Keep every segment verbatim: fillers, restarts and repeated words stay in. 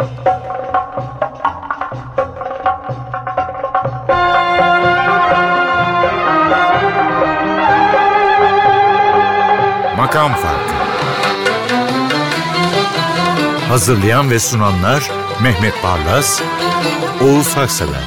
Makam Farkı. Hazırlayan ve sunanlar Mehmet Barlas, Oğuz Haksever.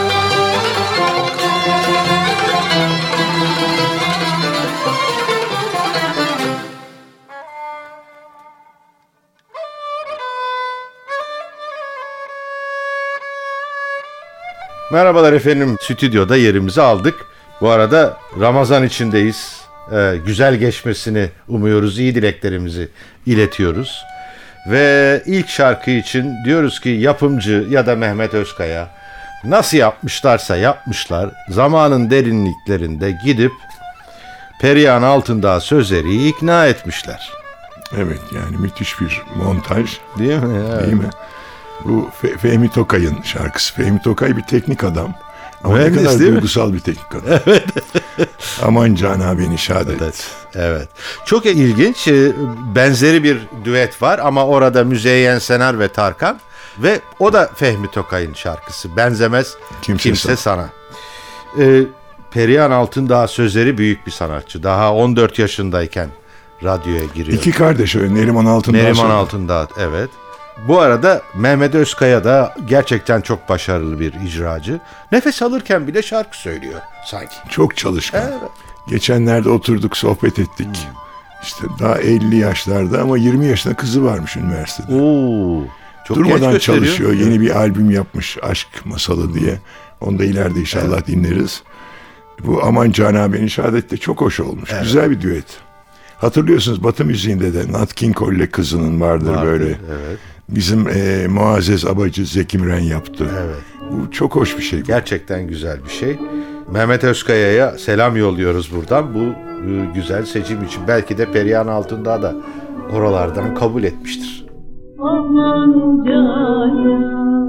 Merhabalar efendim, stüdyoda yerimizi aldık. Bu arada Ramazan içindeyiz. Ee, güzel geçmesini umuyoruz, iyi dileklerimizi iletiyoruz. Ve ilk şarkı için diyoruz ki yapımcı ya da Mehmet Özkaya nasıl yapmışlarsa yapmışlar, zamanın derinliklerinde gidip Perihan Altındağ Sözeri'yi ikna etmişler. Evet, yani müthiş bir montaj. Değil mi? Evet. Değil mi? Bu Fe- Fehmi Tokay'ın şarkısı. Fehmi Tokay bir teknik adam. Ama Mühendis, ne kadar değil mi? duygusal bir teknik adam. Evet. Aman cana beni şad et. Evet, evet. Çok ilginç. Benzeri bir düet var ama orada Müzeyyen Senar ve Tarkan. Ve o da Fehmi Tokay'ın şarkısı. Benzemez kimse, kimse sana. sana. Ee, Perihan Altındağ Sözleri büyük bir sanatçı. Daha on dört yaşındayken radyoya giriyor. İki kardeş öyle. Neriman Altındağ. Neriman Altındağ, evet. Bu arada Mehmet Özkaya da gerçekten çok başarılı bir icracı. Nefes alırken bile şarkı söylüyor sanki. Çok çalışkan. Evet. Geçenlerde oturduk, sohbet ettik. Hmm. İşte daha elli yaşlarda ama yirmi yaşında kızı varmış üniversitede. Oo, çok durmadan çalışıyor. Yeni bir albüm yapmış, Aşk Masalı diye. Onu da ileride inşallah evet. dinleriz. Bu Aman Cana Beni Şad Et de çok hoş olmuş. Evet. Güzel bir düet. Hatırlıyorsunuz Batı müziğinde de Nat King Cole kızının vardır, vardır böyle. Evet. Bizim e, Muazzez Abacı Zeki Müren yaptı. Evet. Bu çok hoş bir şey. Bu. Gerçekten güzel bir şey. Mehmet Özkaya'ya selam yolluyoruz buradan. Bu e, güzel seçim için. Belki de Perihan Altındağ da oralardan kabul etmiştir. Aman canım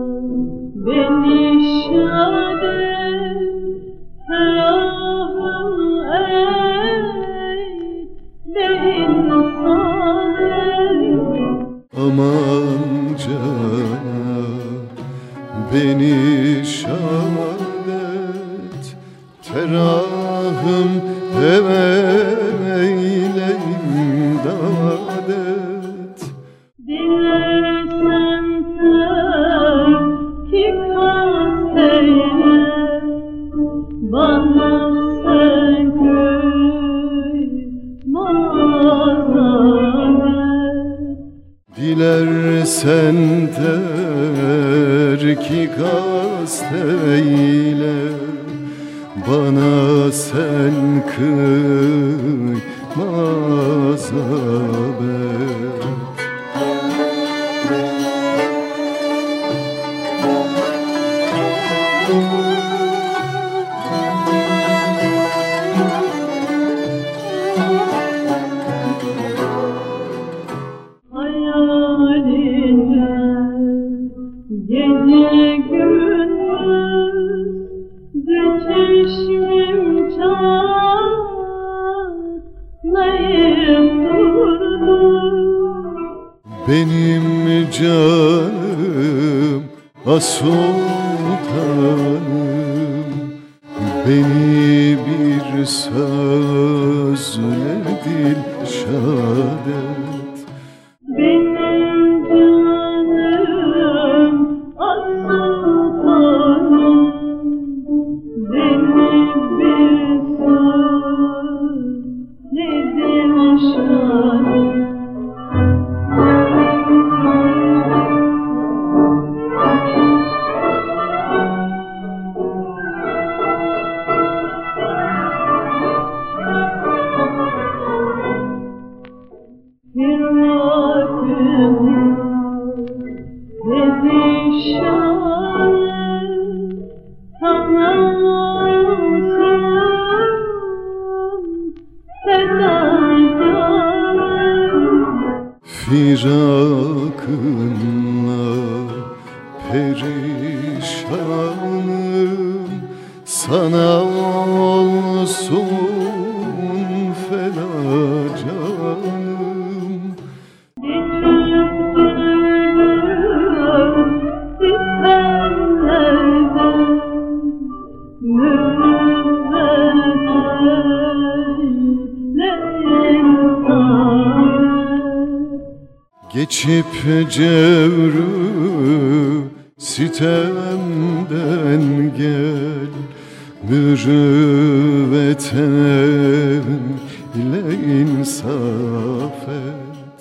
beni şad et, ferahım ey de insan et. Aman canım beni şad et, terahım eyle imdad et. Dilersen ki kast eyle, bana sen kıymaz et. Dilersen terki kast eyle, bana sen kıymaz haber. Gece gündüz de çeşmim çağlayıp durdu. Benim canım asultanım, beni bir sözle dilşad et. Benim canım asultanım, beni bir sözle dilşad et. Firakınla perişanım, sana olsun feda canım. Geçip Geçip cevrü sitemden gel, mürüvveten ile insaf et.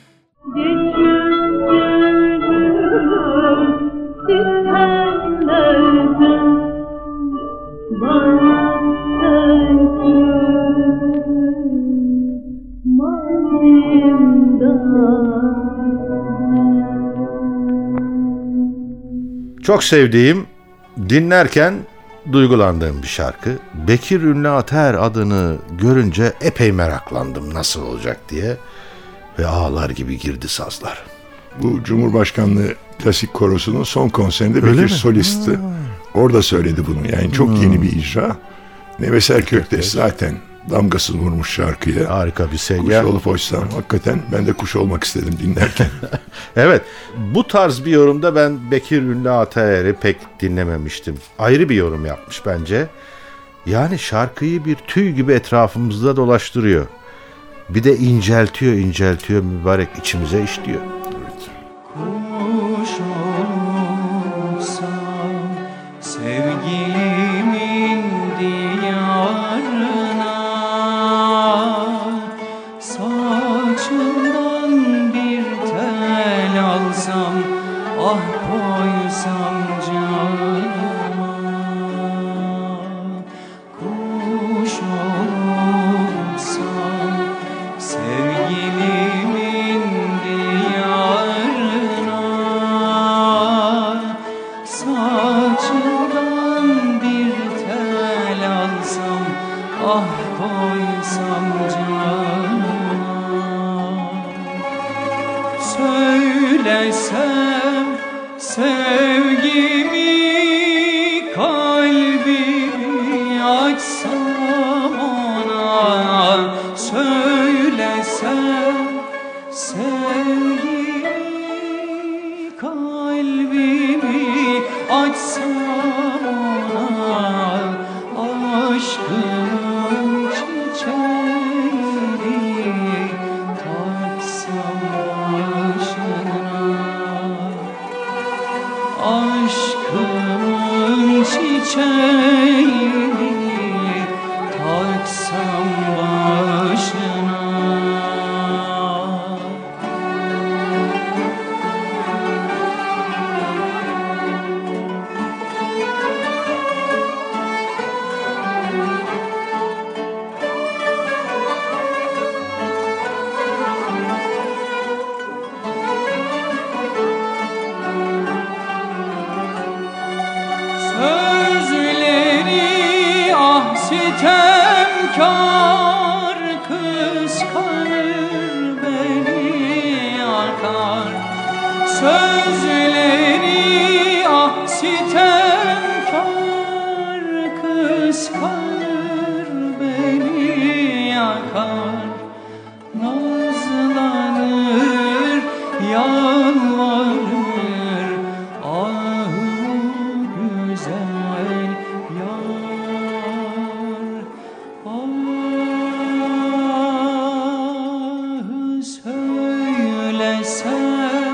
Çok sevdiğim, dinlerken duygulandığım bir şarkı. Bekir Ünlü Ater adını görünce epey meraklandım nasıl olacak diye ve ağlar gibi girdi sazlar. Bu Cumhurbaşkanlığı Klasik Korosu'nun son konserinde Öyle Bekir mi? solisti. Ha. Orada söyledi bunu. Yani çok hmm. yeni bir icra. Neveser Köktes zaten damgasını vurmuş şarkıya. Harika bir Kuş sevgi. olup hoşsam. Hakikaten ben de kuş olmak istedim dinlerken. Evet, bu tarz bir yorumda ben Bekir Ünlü Ataer'i pek dinlememiştim. Ayrı bir yorum yapmış bence. Yani şarkıyı bir tüy gibi etrafımızda dolaştırıyor. Bir de inceltiyor, inceltiyor, mübarek içimize işliyor. Evet. Kuş olsam sevgilimin diyarına, saçından bir tel alsam, ah koysam canıma. Kuş olsam sevgilimin diyarına, saçından bir tel alsam, ah koysam canıma. Söylesem sevgimi, kalbimi açsam ona, söylesem sevgimi, kalbimi açsam ona, aşkımın çiçeğini taksam başına, aşkımın çiçeğini taksam başına. Sözleri ah sitemkar, kıskanır beni yakar. Sözleri ah sitemkar, kıskanır beni yakar. Nazlanır, yalvarır, ah güzel yar. Ah söylesem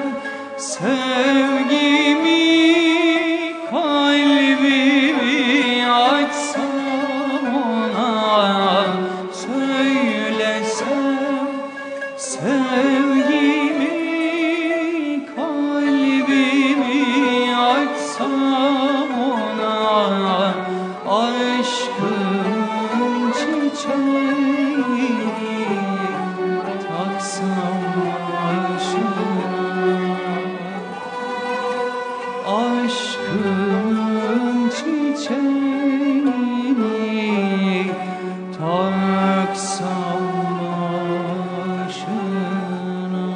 sevgimi, kalbimi açsam ona, söylesem sevgimi, kalbimi açsam ona, aşkın çiçeğini taksam başına, aşkın çiçeğini taksam başına.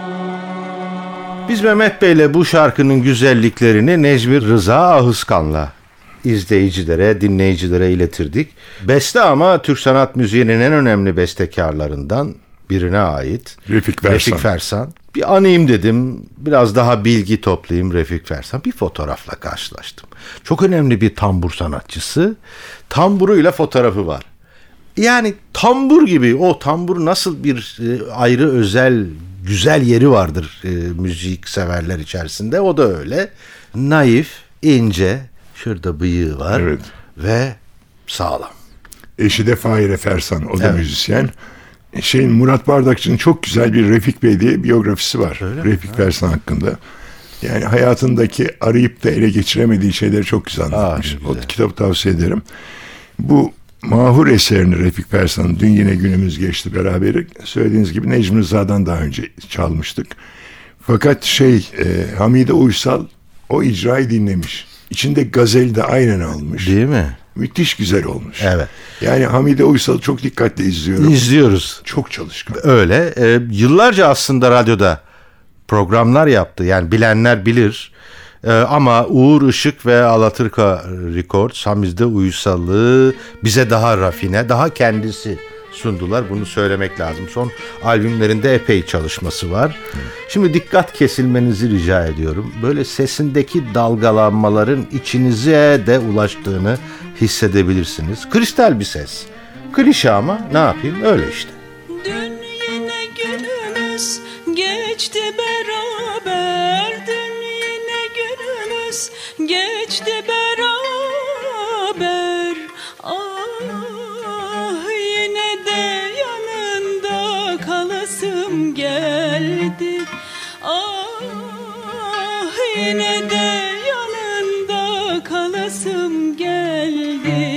Biz Mehmet Bey'le bu şarkının güzelliklerini Necmi Rıza Ahıskan'la izleyicilere, dinleyicilere iletirdik. Beste ama Türk sanat müziğinin en önemli bestekarlarından birine ait. Refik Versan. Refik Versan. Bir anayım dedim, biraz daha bilgi toplayayım Refik Versan. Bir fotoğrafla karşılaştım. Çok önemli bir tambur sanatçısı. Tamburuyla fotoğrafı var. Yani tambur gibi, o tambur nasıl bir e, ayrı özel güzel yeri vardır e, müzik severler içerisinde. O da öyle. Naif, ince, şurada bıyığı var Evet. ve sağlam. Eşi de Fahire Fersan, o da Evet. müzisyen. Şeyin Murat Bardakçı'nın çok güzel bir Refik Bey diye biyografisi var. Öyle mi? Refik Fersan hakkında. Yani hayatındaki arayıp da ele geçiremediği şeyleri çok güzel anlatmış. Aa, ne O güzel. kitabı tavsiye ederim. Bu mahur eserini Refik Fersan'ın Dün Yine Günümüz Geçti beraberi, söylediğiniz gibi Necmi Rıza'dan daha önce çalmıştık. Fakat şey e, Hamide Uysal o icrayı dinlemiş. İçinde gazeli de aynen almış. Değil mi? Müthiş güzel olmuş. Evet. Yani Hamide Uysal'ı çok dikkatle izliyorum. İzliyoruz. Çok çalışkan. Öyle. E, yıllarca aslında radyoda programlar yaptı. Yani bilenler bilir. E, ama Uğur Işık ve Alaturka Records Hamide Uysal'ı bize daha rafine, daha kendisi sundular. Bunu söylemek lazım. Son albümlerinde epey çalışması var. Şimdi dikkat kesilmenizi rica ediyorum. Böyle sesindeki dalgalanmaların içinize de ulaştığını hissedebilirsiniz. Kristal bir ses. Klişe ama ne yapayım? Öyle işte. Dün yine günümüz geçti beraber. Dün yine günümüz geçti beraber. Ah, yine de yanında kalasım geldi. Ah, yine de yanında kalasım geldi.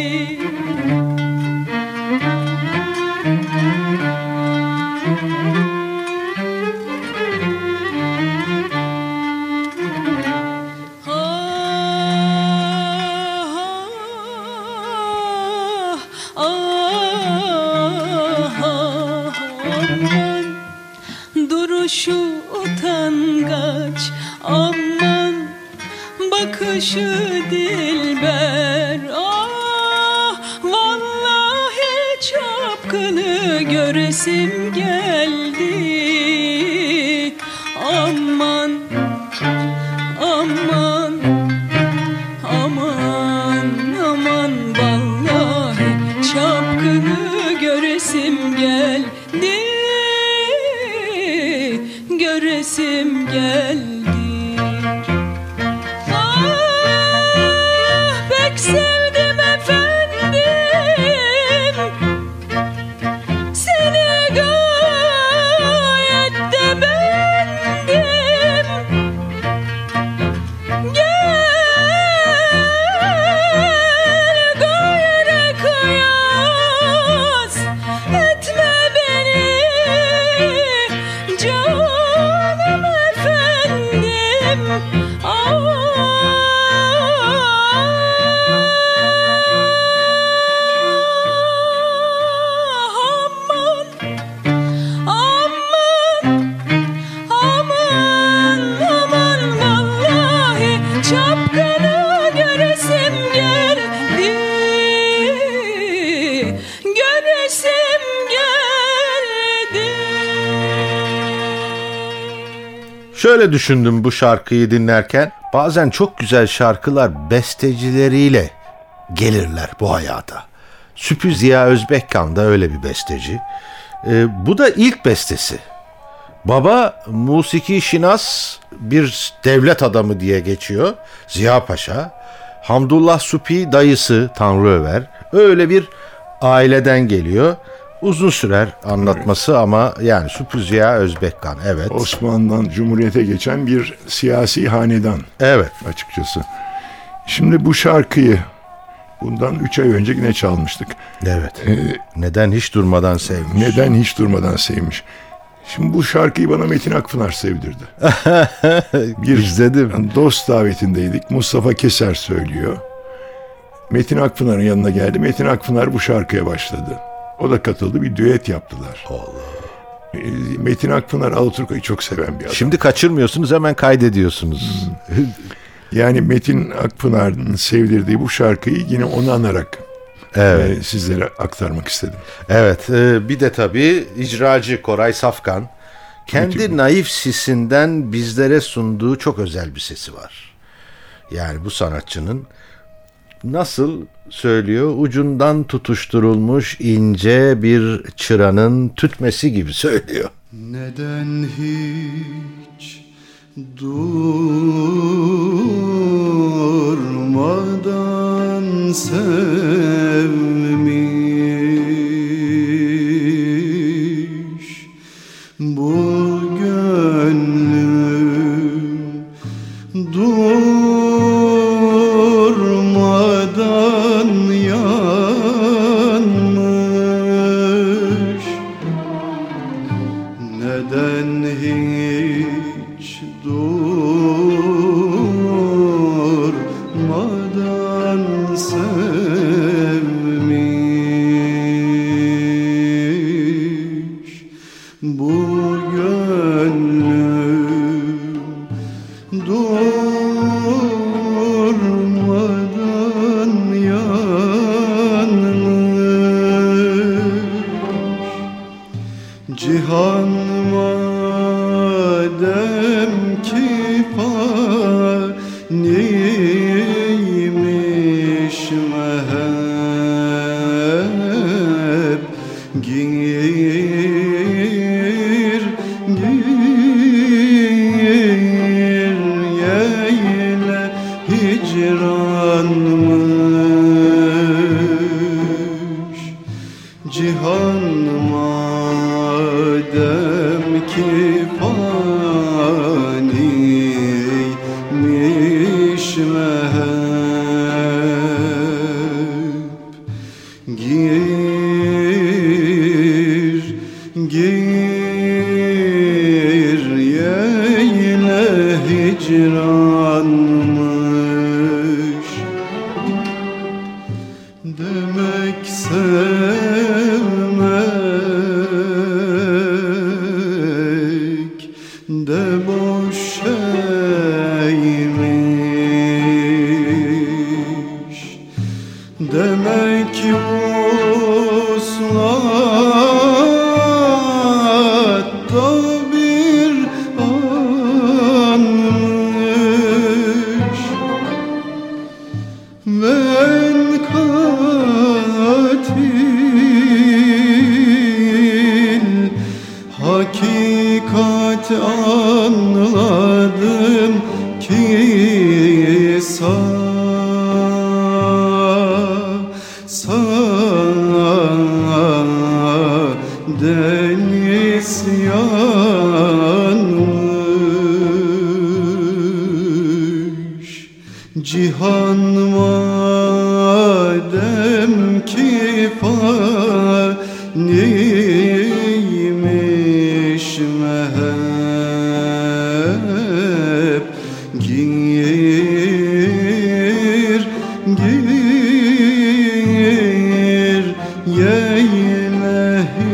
Duruşu utangaç, aman bakışı dilber. Ah, vallahi çapkını göresim geldi. Aman, aman, aman, aman, vallahi çapkını göresim geldi. Göresim geldi. Ah, pek sevdim efendim seni, gayet de bendim. Gel gayrı kıyas etme beni canım efendim. Aman, aman, aman, aman, vallahi çapkını göresim geldi. Göresim geldi. Şöyle düşündüm bu şarkıyı dinlerken. Bazen çok güzel şarkılar bestecileriyle gelirler bu hayata. Süpü Ziya Özbekkan da öyle bir besteci. Ee, bu da ilk bestesi. Baba musiki şinas bir devlet adamı diye geçiyor. Ziya Paşa. Hamdullah Supi dayısı Tanrı Över. Öyle bir aileden geliyor. Uzun sürer anlatması ama yani Süpü Ziya Özbekkan, evet. Osmanlı'dan Cumhuriyet'e geçen bir siyasi hanedan Evet. açıkçası. Şimdi bu şarkıyı bundan üç ay önce yine çalmıştık. Evet. Neden hiç durmadan sevmiş? Neden hiç durmadan sevmiş. Şimdi bu şarkıyı bana Metin Akpınar sevdirdi. Bir İzledim. dost davetindeydik. Mustafa Keser söylüyor. Metin Akpınar'ın yanına geldi. Metin Akpınar bu şarkıya başladı. O da katıldı. Bir düet yaptılar. Allah. Metin Akpınar Alaturka'yı çok seven bir adam. Şimdi kaçırmıyorsunuz, hemen kaydediyorsunuz. Yani Metin Akpınar'ın sevdirdiği bu şarkıyı yine onu anarak Evet. e, sizlere aktarmak istedim. Evet, e, bir de tabii icracı Koray Safkan kendi Müthiş. naif sesinden bizlere sunduğu çok özel bir sesi var. Yani bu sanatçının nasıl söylüyor? Ucundan tutuşturulmuş ince bir çıranın tütmesi gibi söylüyor. Neden hiç durmadan sevmiş bu gönlüm, durmadan yanmış. Neden hiç durmadan sevmiş bu gönlüm, durmadan yanmış. Cihan madem ki faniymiş meheb, gir gir yeyle hicranmış. Cihan madem ki faniymiş meheb, gir gir yeyle hicranmış. Demek sevmek de boş şeymiş. Demek vuslatta bir anmış. Ben katil hakikat anladım ki sa sa deniz yanmış. Cihan madem ki faniymiş meheb, gir gir yeyle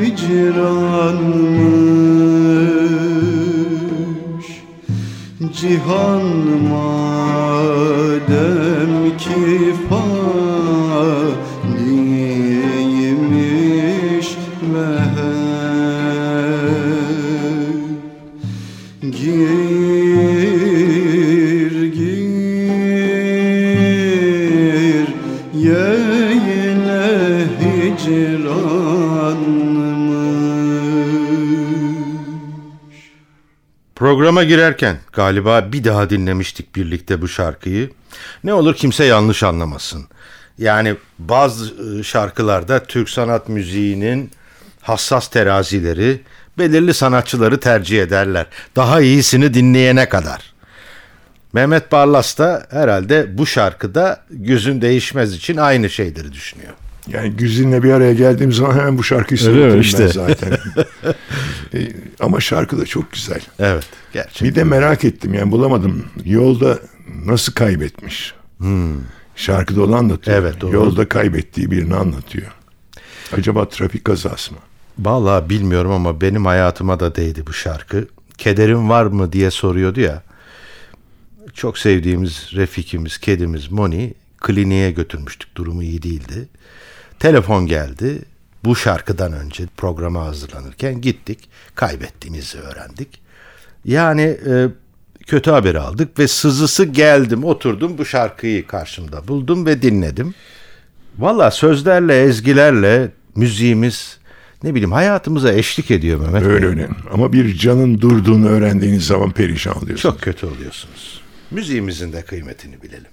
hicranmış. Cihan madem ki faniymiş meheb, gir gir yeyle hicranmış. Programa girerken galiba bir daha dinlemiştik birlikte bu şarkıyı. Ne olur kimse yanlış anlamasın. Yani bazı şarkılarda Türk sanat müziğinin hassas terazileri belirli sanatçıları tercih ederler. Daha iyisini dinleyene kadar. Mehmet Barlas da herhalde bu şarkıda Güzün Değişmez için aynı şeyleri düşünüyor. Yani Güzin'le bir araya geldiğim zaman hemen bu şarkıyı Öyle mi? söyledim İşte. ben zaten. E, Ama şarkı da çok güzel. Evet, gerçekten. Bir de merak ettim, yani bulamadım. Yolda nasıl kaybetmiş? Hmm. Şarkıda onu anlatıyor. Evet, doğru. Yolda kaybettiği birini anlatıyor. Acaba trafik kazası mı? Vallahi bilmiyorum ama benim hayatıma da değdi bu şarkı. Kederin var mı diye soruyordu ya. Çok sevdiğimiz Refikimiz, kedimiz Moni kliniğe götürmüştük. Durumu iyi değildi. Telefon geldi. Bu şarkıdan önce programa hazırlanırken gittik. Kaybettiğimizi öğrendik. Yani e, kötü haber aldık ve sızısı geldim. Oturdum, bu şarkıyı karşımda buldum ve dinledim. Vallahi sözlerle, ezgilerle müziğimiz ne bileyim hayatımıza eşlik ediyor Mehmet Öyle Bey. öyle. Ama bir canın durduğunu öğrendiğiniz zaman perişan oluyorsunuz. Çok kötü oluyorsunuz. Müziğimizin de kıymetini bilelim.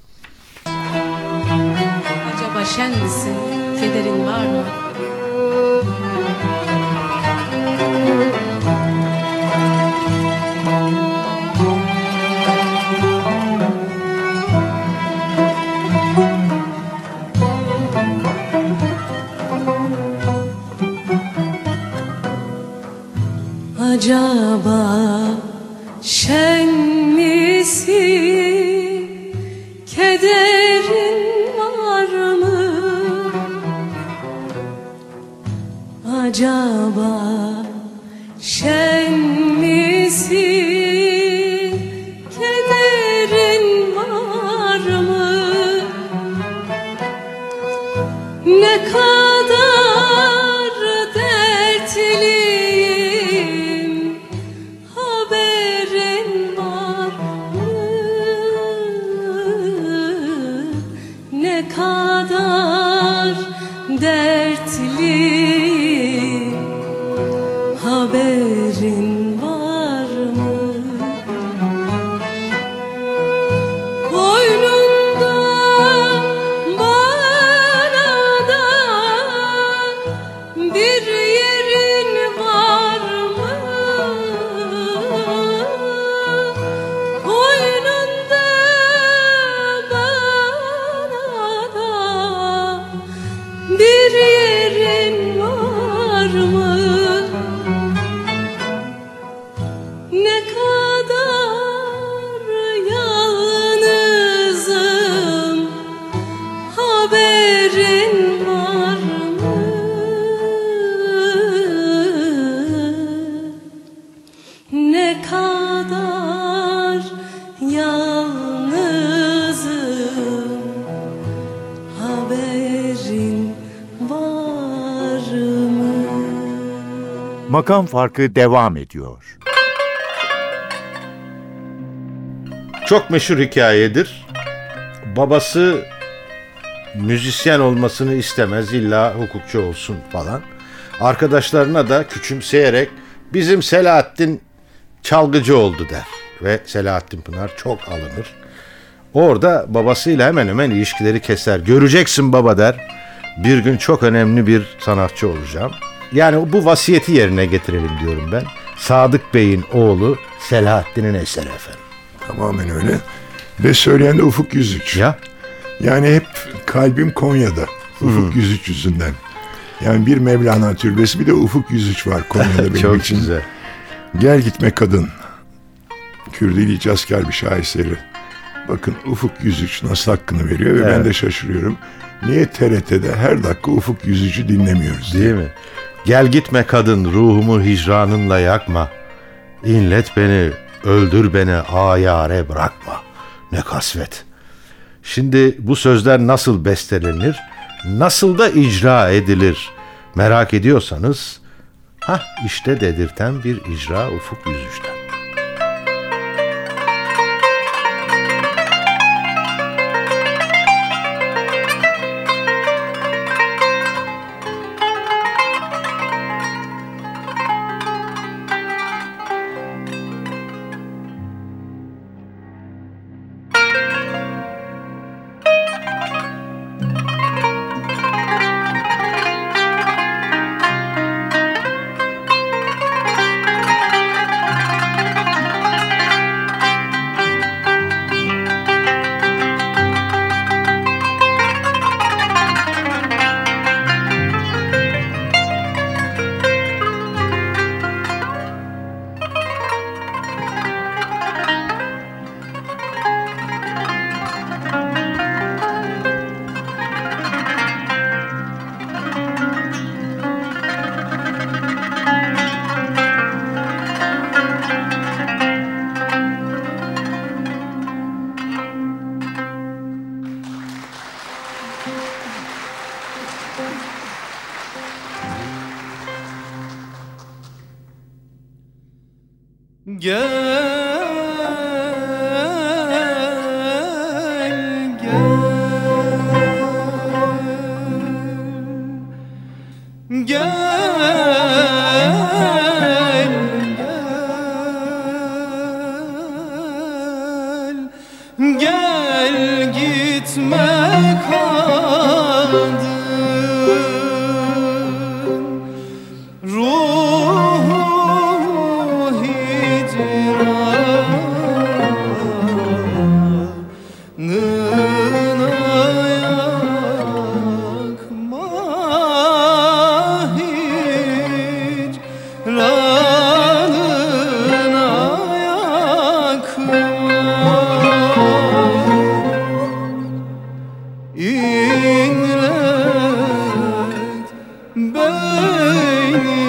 Acaba şen misin? Kederin var mı? Acaba şen misin? Kederin var mı? Acaba şen misin? Kederin var mı? Ne kadar dertliyim, haberin var mı? Ne kadar dertliyim, haberin var mı? Boynunda bana da bir yerin var mı? Boynunda bana da bir yerin var mı? Ne kadar yalnızım, haberin var mı? Ne kadar yalnızım, haberin var mı? Makam Farkı devam ediyor. Çok meşhur hikayedir. Babası müzisyen olmasını istemez, illa hukukçu olsun falan. Arkadaşlarına da küçümseyerek bizim Selahattin çalgıcı oldu der. Ve Selahattin Pınar çok alınır. Orada babasıyla hemen hemen ilişkileri keser. Göreceksin baba der. Bir gün çok önemli bir sanatçı olacağım. Yani bu vasiyeti yerine getirelim diyorum ben. Sadık Bey'in oğlu Selahattin'in eseri efendim. Tamamen öyle. Ve söyleyen de Ufuk Yüzüç. Ya Yani hep kalbim Konya'da. Ufuk Yüzüç yüzünden. Yani bir Mevlana türbesi, bir de Ufuk Yüzüç var Konya'da benim çok için. güzel. Gel gitme kadın. Kürdili Cazkar bir şaheseri. Bakın Ufuk Yüzüç nasıl hakkını veriyor ve ben Evet. de şaşırıyorum. Niye T R T'de her dakika Ufuk Yüzücü dinlemiyoruz diye. Değil mi? Gel gitme kadın, ruhumu hicranınla yakma. İnlet beni, öldür beni, ayare bırakma. Ne kasvet. Şimdi bu sözler nasıl bestelenir, nasıl da icra edilir merak ediyorsanız, hah işte dedirten bir icra Ufuk Yüzüç'ten. Gel, gel, gel. gel gitme kadın. Ruhu hicranın ayakma, hicranın ayakma. İnlet beni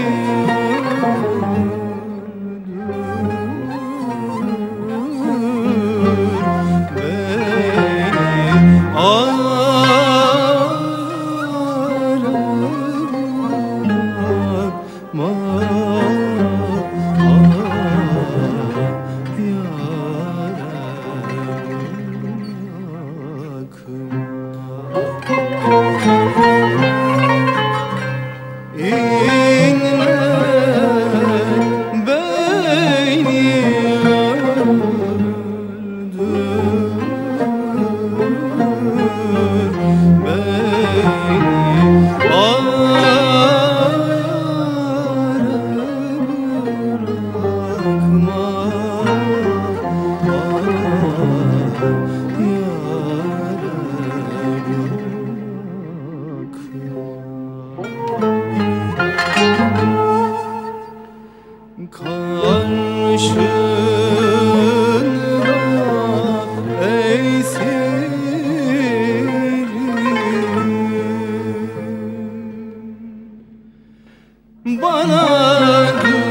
bana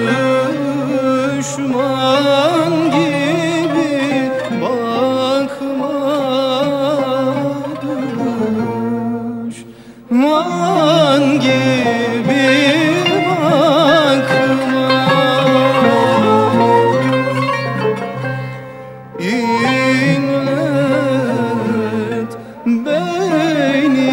düşman gibi bakma, düşman gibi bakma. İnlet beni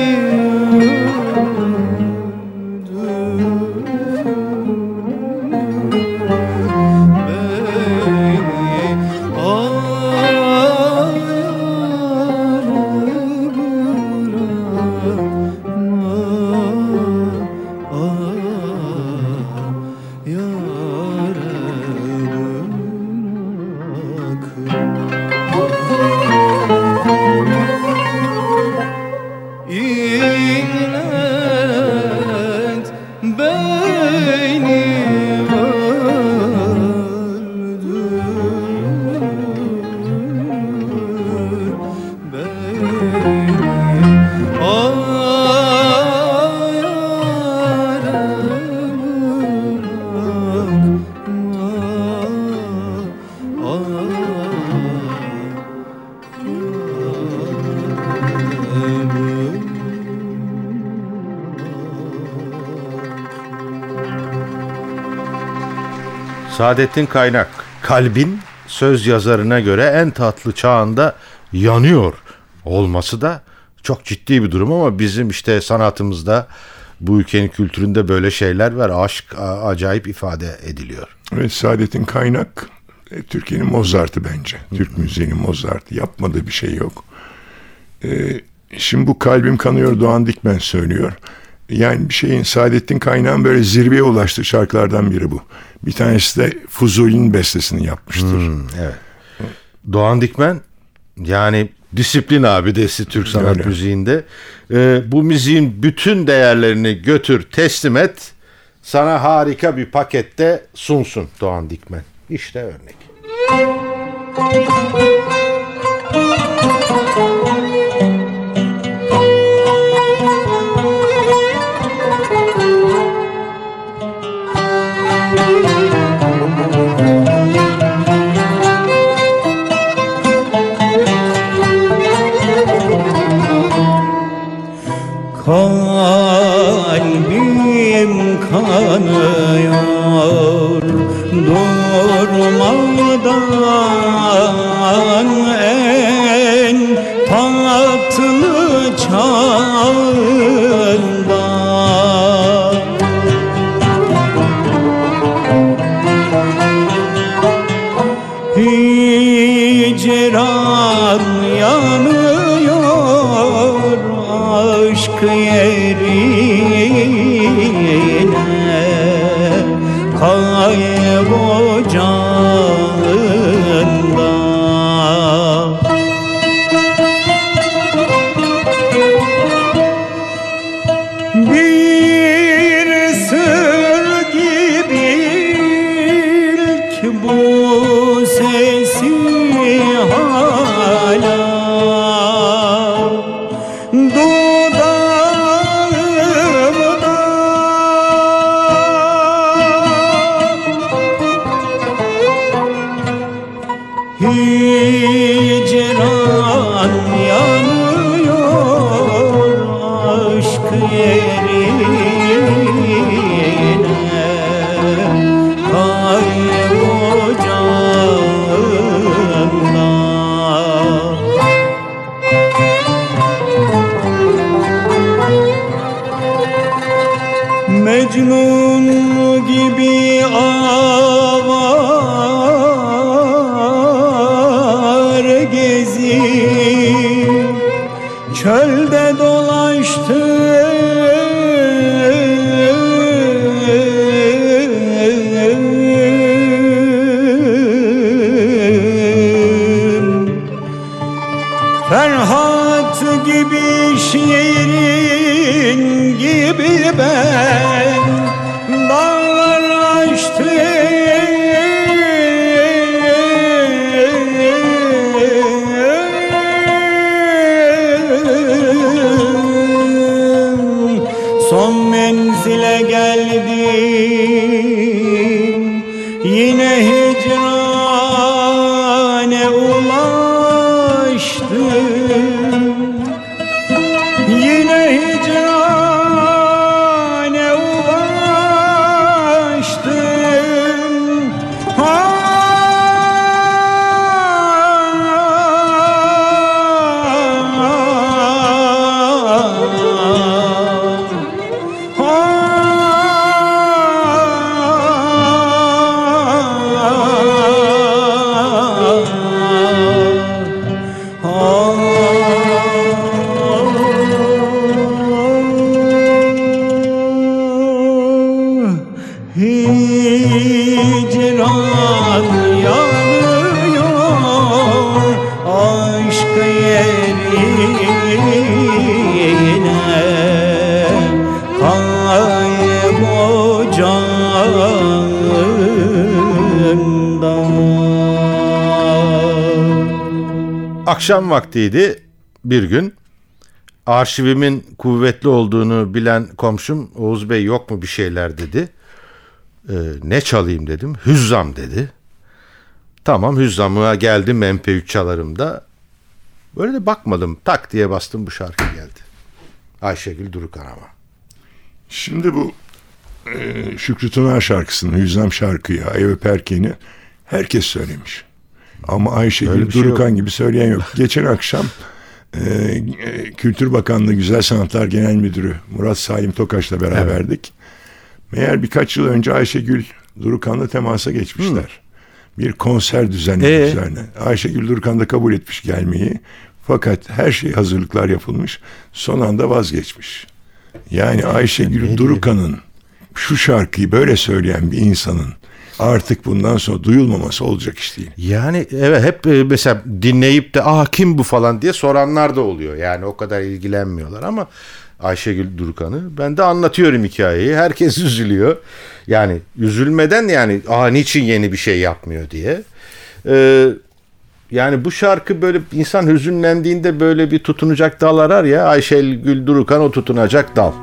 İnlet beni öldür beni ayara Saadettin Kaynak, kalbin söz yazarına göre en tatlı çağında yanıyor olması da çok ciddi bir durum ama bizim işte sanatımızda, bu ülkenin kültüründe böyle şeyler var. Aşk acayip ifade ediliyor. Evet, Saadettin Kaynak e, Türkiye'nin Mozart'ı bence. Türk müziğinin Mozart'ı. Yapmadığı bir şey yok. E, şimdi bu Kalbim Kanıyor Doğan Dikmen söylüyor. Yani bir şeyin, Saadettin Kaynak'ın böyle zirveye ulaştığı şarkılardan biri bu. Bir tanesi de Fuzuli'nin bestesini yapmıştır. Hmm, evet. Doğan Dikmen yani disiplin abidesi Türk sanat Öyle. müziğinde. Ee, bu müziğin bütün değerlerini götür, teslim et. Sana harika bir pakette sunsun Doğan Dikmen. İşte örnek. Kalbim kanıyor durmadan en tatlı çağında. Hicranın yanıyor aşk yerine kayb ocağında. Bir sır gibi ilk bu sesi hala dudağımda. Hicran yanıyor aşk yerine kayb ocağında. Mecnun gibi avar gezip çölde dolaştım. Ferhat gibi şiirin gibi ben dağlar aştım. Son menzile geldim, yine hicrane ulaştım. Yine hicrane ulaştım. Ah! Hicran yanıyor aşk yerine kayb ocağında. Akşam vaktiydi bir gün. Arşivimin kuvvetli olduğunu bilen komşum Oğuz Bey yok mu bir şeyler dedi. Ee, ne çalayım dedim. Hüzzam dedi. Tamam, Hüzzam'a geldim M P üç çalarımda. Böyle de bakmadım. Tak diye bastım, bu şarkı geldi. Ayşegül Durukan ama. Şimdi bu e, Şükrü Tunar şarkısını, Hüzzam şarkıyı, Ay Öperken'i herkes söylemiş. Ama Öyle Ayşegül bir şey Durukan yok. gibi söyleyen yok. Geçen akşam e, e, Kültür Bakanlığı Güzel Sanatlar Genel Müdürü Murat Salim Tokaş'la beraberdik. Meğer birkaç yıl önce Ayşegül Durukan'la temasa geçmişler. Bir konser düzenlemişlerine. Ee? Ayşegül Durukan da kabul etmiş gelmeyi. Fakat her şey hazırlıklar yapılmış. Son anda vazgeçmiş. Yani Ayşegül Durukan'ın şu şarkıyı böyle söyleyen bir insanın artık bundan sonra duyulmaması olacak iş değil. Yani evet, hep e, mesela dinleyip de aa kim bu falan diye soranlar da oluyor. Yani o kadar ilgilenmiyorlar ama Ayşegül Durukan'ı ben de anlatıyorum hikayeyi. Herkes üzülüyor. Yani üzülmeden, yani aa niçin yeni bir şey yapmıyor diye. Ee, yani bu şarkı böyle, insan hüzünlendiğinde böyle bir tutunacak dal arar ya. Ayşegül Durukan o tutunacak dal.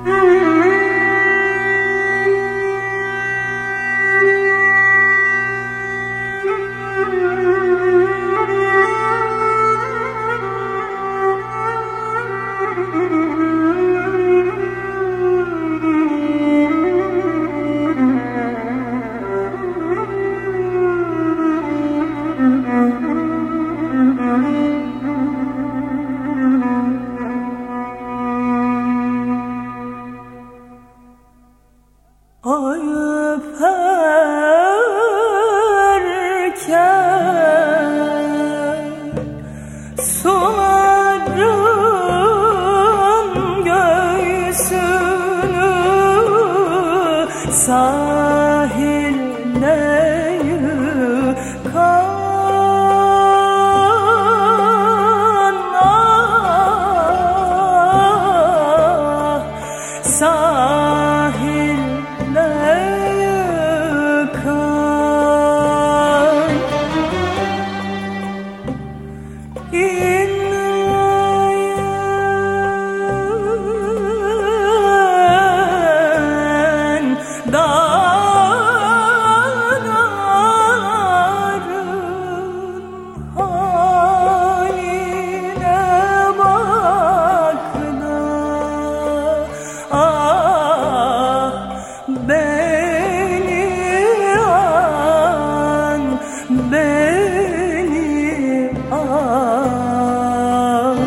suların göğsünü sahilde yıkan ah, sahilde yıkan İnleyen dağların haline bak da ah beni an beni an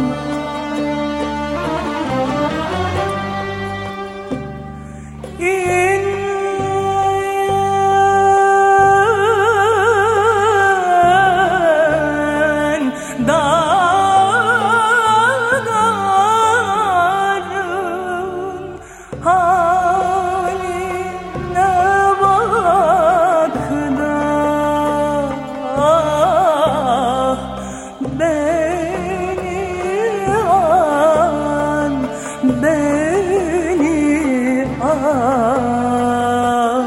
İnleyen dağların haline bak da ah beni an beni an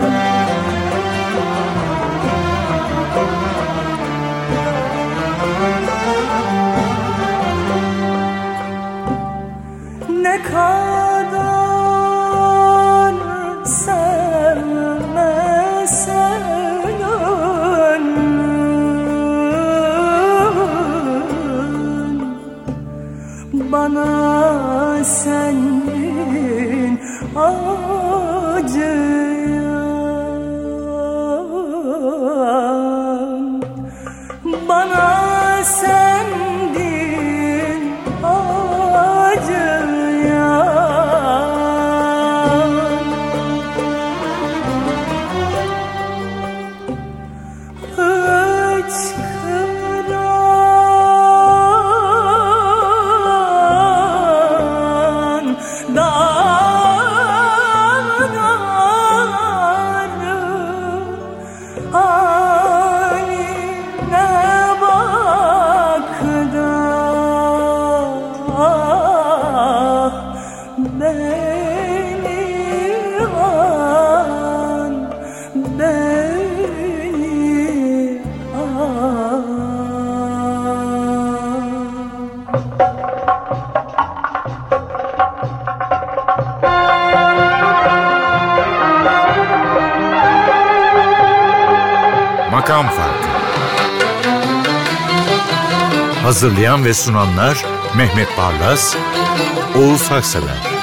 ne kadar sevmesen gönlün bana sendin acıyan bana sendin acıyan hıçkıran dağların haline bak da ah beni an beni an Makam Farkı. Hazırlayan ve sunanlar Mehmet Barlas, Oğuz Haksever.